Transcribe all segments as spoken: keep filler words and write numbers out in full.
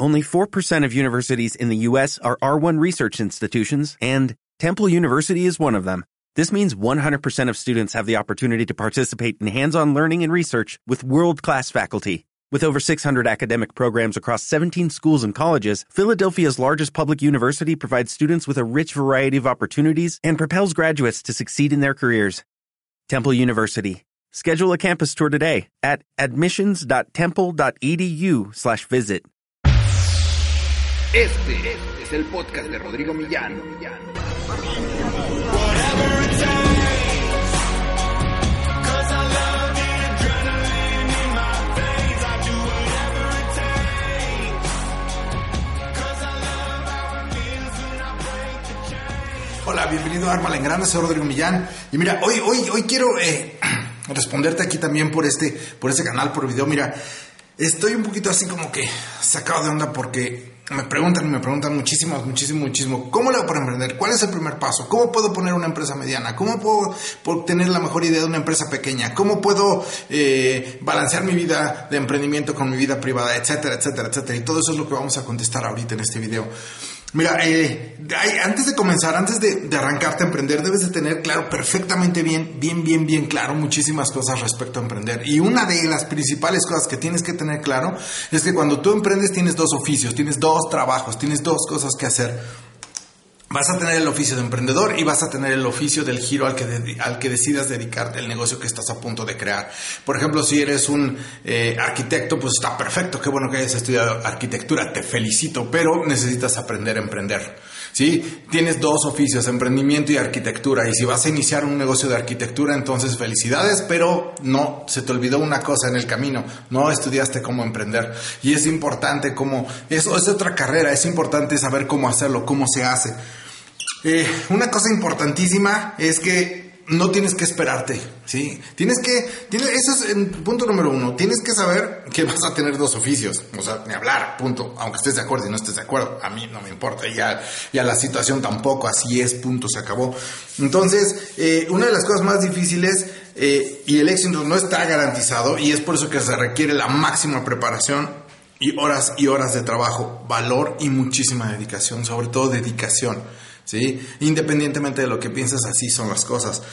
Only four percent of universities in the U S are R one research institutions, and Temple University is one of them. This means one hundred percent of students have the opportunity to participate in hands-on learning and research with world-class faculty. With over six hundred academic programs across seventeen schools and colleges, Philadelphia's largest public university provides students with a rich variety of opportunities and propels graduates to succeed in their careers. Temple University. Schedule a campus tour today at admissions.temple.edu slash visit. Este es el podcast de Rodrigo Millán. Hola, bienvenido a Arma en Grande, soy Rodrigo Millán. Y mira, hoy, hoy, hoy quiero eh, responderte aquí también por este, por este canal, por video. Mira, estoy un poquito así como que sacado de onda porque me preguntan y me preguntan muchísimo, muchísimo, muchísimo. ¿Cómo le hago para emprender? ¿Cuál es el primer paso? ¿Cómo puedo poner una empresa mediana? ¿Cómo puedo, puedo tener la mejor idea de una empresa pequeña? ¿Cómo puedo eh, balancear mi vida de emprendimiento con mi vida privada? Etcétera, etcétera, etcétera. Y todo eso es lo que vamos a contestar ahorita en este video. Mira, eh, antes de comenzar, antes de, de arrancarte a emprender, debes de tener claro perfectamente bien, bien, bien, bien claro muchísimas cosas respecto a emprender. Y una de las principales cosas que tienes que tener claro es que cuando tú emprendes tienes dos oficios, tienes dos trabajos, tienes dos cosas que hacer. Vas a tener el oficio de emprendedor y vas a tener el oficio del giro al que, de, al que decidas dedicarte el negocio que estás a punto de crear. Por ejemplo, si eres un eh, arquitecto, pues está perfecto, qué bueno que hayas estudiado arquitectura, te felicito, pero necesitas aprender a emprender, ¿sí? Tienes dos oficios, emprendimiento y arquitectura, y si vas a iniciar un negocio de arquitectura, entonces felicidades, pero no, se te olvidó una cosa en el camino, no estudiaste cómo emprender, y es importante cómo, eso es otra carrera, es importante saber cómo hacerlo, cómo se hace. Eh, una cosa importantísima es que no tienes que esperarte, ¿sí? Tienes que, tienes, eso es el punto número uno. Tienes que saber que vas a tener dos oficios. O sea, ni hablar, punto. Aunque estés de acuerdo y no estés de acuerdo, a mí no me importa. Ya, ya la situación tampoco, así es, punto, se acabó. Entonces, eh, una de las cosas más difíciles, eh, y el éxito no está garantizado, y es por eso que se requiere la máxima preparación y horas y horas de trabajo, valor y muchísima dedicación, sobre todo dedicación. ¿Sí? Independientemente de lo que piensas, así son las cosas.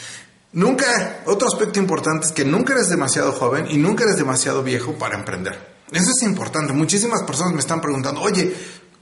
Nunca, otro aspecto importante es que nunca eres demasiado joven y nunca eres demasiado viejo para emprender. Eso es importante. Muchísimas personas me están preguntando, oye,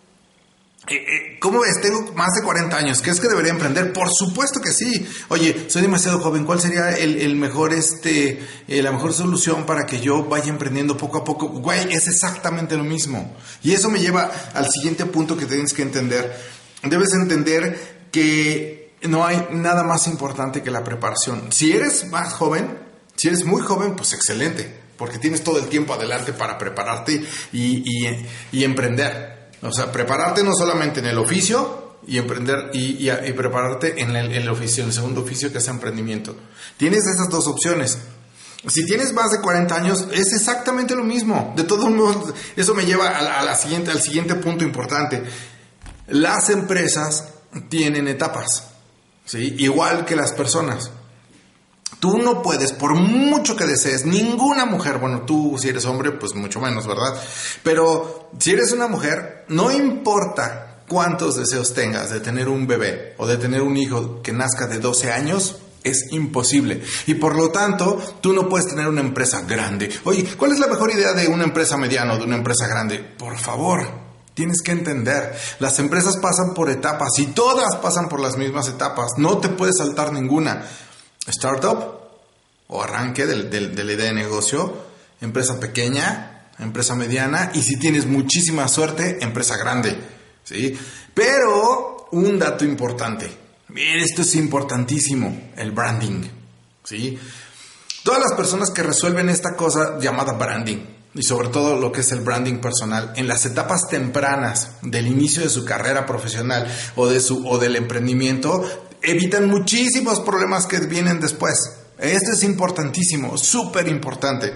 ¿cómo ves? Tengo más de cuarenta años, ¿crees que debería emprender? Por supuesto que sí. Oye, soy demasiado joven, ¿cuál sería el, el mejor, este, eh, la mejor solución para que yo vaya emprendiendo poco a poco? Güey, es exactamente lo mismo. Y eso me lleva al siguiente punto que tienes que entender. Debes entender que no hay nada más importante que la preparación. Si eres más joven, si eres muy joven, pues excelente, porque tienes todo el tiempo adelante para prepararte y, y, y emprender. O sea, prepararte no solamente en el oficio y emprender y, y, y prepararte en el, en el oficio, en el segundo oficio que es emprendimiento. Tienes esas dos opciones. Si tienes más de cuarenta años, es exactamente lo mismo. De todos modos, eso me lleva a, a la siguiente, al siguiente punto importante. Las empresas tienen etapas, ¿sí? Igual que las personas. Tú no puedes, por mucho que desees, ninguna mujer, bueno, tú si eres hombre, pues mucho menos, ¿verdad? Pero si eres una mujer, no importa cuántos deseos tengas de tener un bebé o de tener un hijo que nazca de doce años, es imposible. Y por lo tanto, tú no puedes tener una empresa grande. Oye, ¿cuál es la mejor idea de una empresa mediana o de una empresa grande? Por favor, tienes que entender, las empresas pasan por etapas y todas pasan por las mismas etapas. No te puedes saltar ninguna. Startup o arranque de, de, de la idea de negocio, empresa pequeña, empresa mediana y si tienes muchísima suerte, empresa grande, ¿sí? Pero un dato importante, miren, esto es importantísimo, el branding, ¿sí? Todas las personas que resuelven esta cosa llamada branding, y sobre todo lo que es el branding personal, en las etapas tempranas del inicio de su carrera profesional o, de su, o del emprendimiento, evitan muchísimos problemas que vienen después. Esto es importantísimo, súper importante.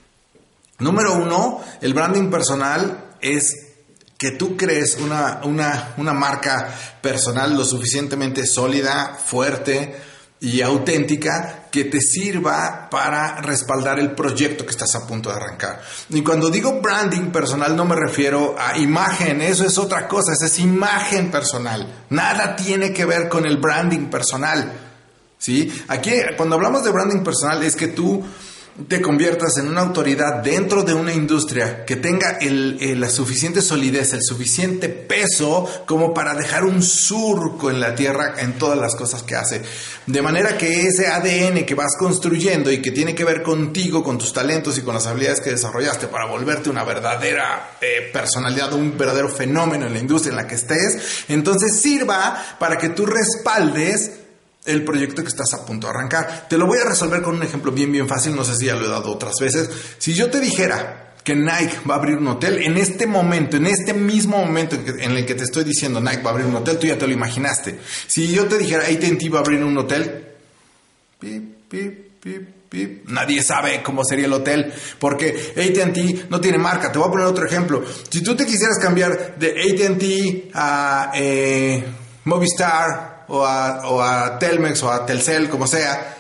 Número uno, el branding personal es que tú crees una, una, una marca personal lo suficientemente sólida, fuerte y auténtica que te sirva para respaldar el proyecto que estás a punto de arrancar. Y cuando digo branding personal no me refiero a imagen, eso es otra cosa, esa es imagen personal. Nada tiene que ver con el branding personal, ¿sí? Aquí cuando hablamos de branding personal es que tú te conviertas en una autoridad dentro de una industria que tenga el, el, la suficiente solidez, el suficiente peso como para dejar un surco en la tierra en todas las cosas que hace. De manera que ese A D N que vas construyendo y que tiene que ver contigo, con tus talentos y con las habilidades que desarrollaste para volverte una verdadera eh, personalidad, un verdadero fenómeno en la industria en la que estés, entonces sirva para que tú respaldes el proyecto que estás a punto de arrancar. Te lo voy a resolver con un ejemplo bien bien fácil, no sé si ya lo he dado otras veces. Si yo te dijera que Nike va a abrir un hotel, en este momento, en este mismo momento en, que, en el que te estoy diciendo Nike va a abrir un hotel, tú ya te lo imaginaste. Si yo te dijera A T and T va a abrir un hotel, pip, pip, pip, pip, nadie sabe cómo sería el hotel, porque A T and T no tiene marca. Te voy a poner otro ejemplo. Si tú te quisieras cambiar de A T and T a eh, Movistar, O a, o a Telmex o a Telcel, como sea,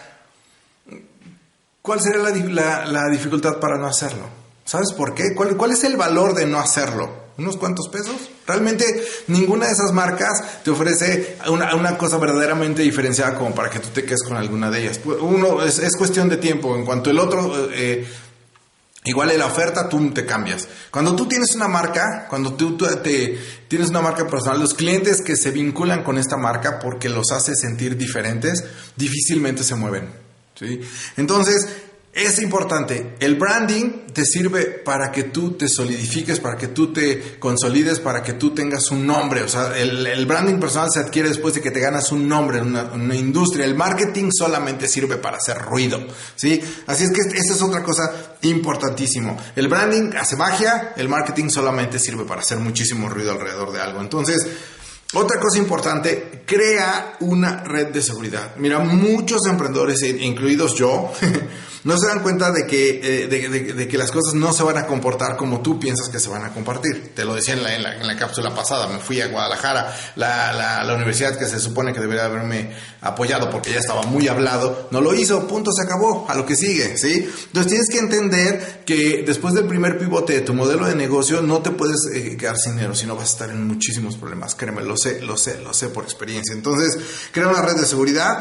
¿cuál sería la, la, la dificultad para no hacerlo? ¿Sabes por qué? ¿Cuál, ¿Cuál es el valor de no hacerlo? ¿Unos cuantos pesos? Realmente ninguna de esas marcas te ofrece una, una cosa verdaderamente diferenciada como para que tú te quedes con alguna de ellas. Uno es, es cuestión de tiempo. En cuanto el otro eh, igual en la oferta, tú te cambias. Cuando tú tienes una marca, cuando tú, tú te, tienes una marca personal, los clientes que se vinculan con esta marca porque los hace sentir diferentes, difícilmente se mueven, ¿sí? Entonces, es importante. El branding te sirve para que tú te solidifiques, para que tú te consolides, para que tú tengas un nombre. O sea, el, el branding personal se adquiere después de que te ganas un nombre en una, en una industria. El marketing solamente sirve para hacer ruido, ¿sí? Así es que esta es otra cosa importantísimo. El branding hace magia, el marketing solamente sirve para hacer muchísimo ruido alrededor de algo. Entonces, otra cosa importante, crea una red de seguridad. Mira, muchos emprendedores, incluidos yo, no se dan cuenta de que, eh, de, de, de que las cosas no se van a comportar como tú piensas que se van a compartir. Te lo decía en la, en la, en la cápsula pasada, me fui a Guadalajara, la, la, la universidad que se supone que debería haberme apoyado porque ya estaba muy hablado, no lo hizo, punto, se acabó, a lo que sigue, ¿sí? Entonces tienes que entender que después del primer pivote de tu modelo de negocio no te puedes eh, quedar sin dinero, sino vas a estar en muchísimos problemas, créeme, lo sé, lo sé, lo sé por experiencia. Entonces, crea una red de seguridad.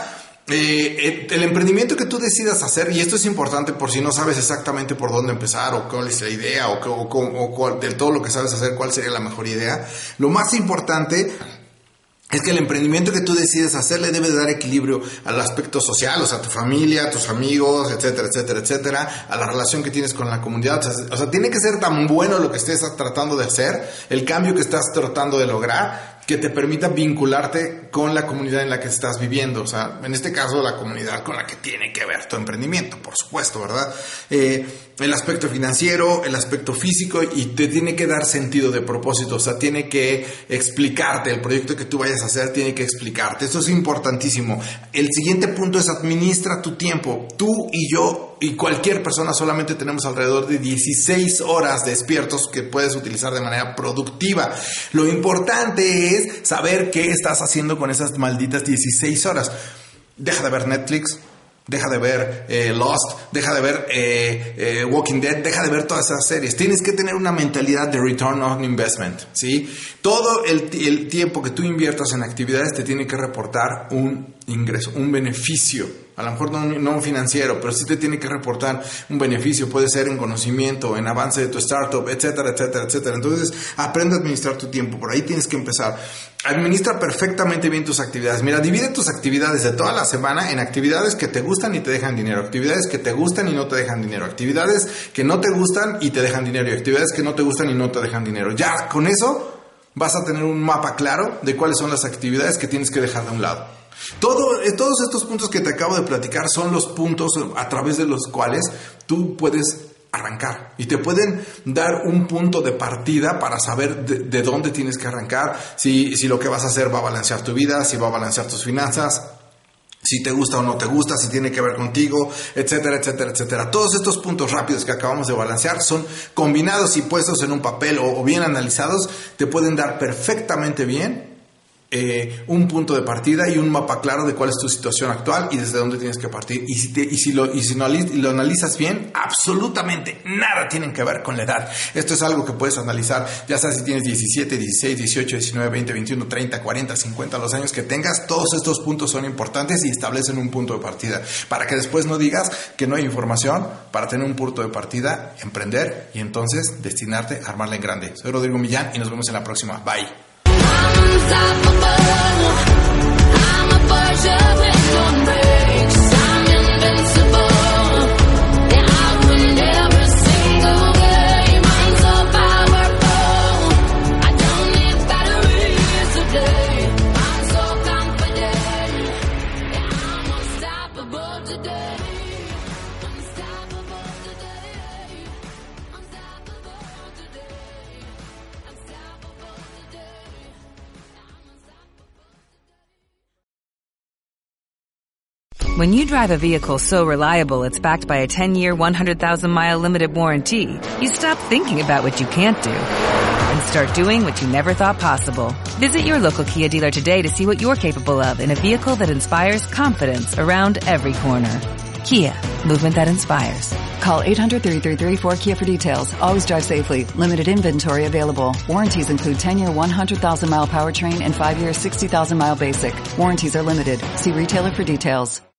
Eh, el emprendimiento que tú decidas hacer, y esto es importante por si no sabes exactamente por dónde empezar o cuál es la idea o, o, o, o cuál, de todo lo que sabes hacer, cuál sería la mejor idea, lo más importante es que el emprendimiento que tú decides hacer le debe dar equilibrio al aspecto social, o sea, a tu familia, a tus amigos, etcétera, etcétera, etcétera, a la relación que tienes con la comunidad. O sea, o sea, tiene que ser tan bueno lo que estés tratando de hacer, el cambio que estás tratando de lograr, que te permita vincularte con la comunidad en la que estás viviendo. O sea, en este caso, la comunidad con la que tiene que ver tu emprendimiento, por supuesto, ¿verdad? Eh, el aspecto financiero, el aspecto físico, y te tiene que dar sentido de propósito. O sea, tiene que explicarte, el proyecto que tú vayas a hacer tiene que explicarte. Esto es importantísimo. El siguiente punto es administra tu tiempo. Tú y yo y cualquier persona solamente tenemos alrededor de dieciséis horas despiertos que puedes utilizar de manera productiva. Lo importante es saber qué estás haciendo con esas malditas dieciséis horas. Deja de ver Netflix, deja de ver eh, Lost, deja de ver eh, eh, Walking Dead, deja de ver todas esas series. Tienes que tener una mentalidad de return on investment, ¿sí? Todo el, el tiempo que tú inviertas en actividades te tiene que reportar un ingreso, un beneficio. A lo mejor no, no financiero, pero sí te tiene que reportar un beneficio. Puede ser en conocimiento, en avance de tu startup, etcétera, etcétera, etcétera. Entonces, aprende a administrar tu tiempo. Por ahí tienes que empezar. Administra perfectamente bien tus actividades. Mira, divide tus actividades de toda la semana en actividades que te gustan y te dejan dinero, actividades que te gustan y no te dejan dinero, actividades que no te gustan y te dejan dinero, y actividades que no te gustan y no te dejan dinero. Ya, con eso vas a tener un mapa claro de cuáles son las actividades que tienes que dejar de un lado. Todo, todos estos puntos que te acabo de platicar son los puntos a través de los cuales tú puedes arrancar y te pueden dar un punto de partida para saber de, de dónde tienes que arrancar, si, si lo que vas a hacer va a balancear tu vida, si va a balancear tus finanzas, si te gusta o no te gusta, si tiene que ver contigo, etcétera, etcétera, etcétera. Todos estos puntos rápidos que acabamos de balancear son combinados y puestos en un papel o, o bien analizados, te pueden dar perfectamente bien eh, un punto de partida y un mapa claro de cuál es tu situación actual y desde dónde tienes que partir. Y si, te, y si, lo, y si no, lo analizas bien, absolutamente nada tienen que ver con la edad. Esto es algo que puedes analizar, ya sea si tienes diecisiete, dieciséis, dieciocho, diecinueve, veinte, veintiuno, treinta, cuarenta, cincuenta, los años que tengas. Todos estos puntos son importantes y establecen un punto de partida para que después no digas que no hay información para tener un punto de partida, emprender y entonces destinarte a armarla en grande. Soy Rodrigo Millán y nos vemos en la próxima. Bye. When you drive a vehicle so reliable it's backed by a ten-year, one hundred thousand mile limited warranty, you stop thinking about what you can't do and start doing what you never thought possible. Visit your local Kia dealer today to see what you're capable of in a vehicle that inspires confidence around every corner. Kia, movement that inspires. Call eight hundred, three three three, four K I A for details. Always drive safely. Limited inventory available. Warranties include ten-year, one hundred thousand mile powertrain and five-year, sixty thousand mile basic. Warranties are limited. See retailer for details.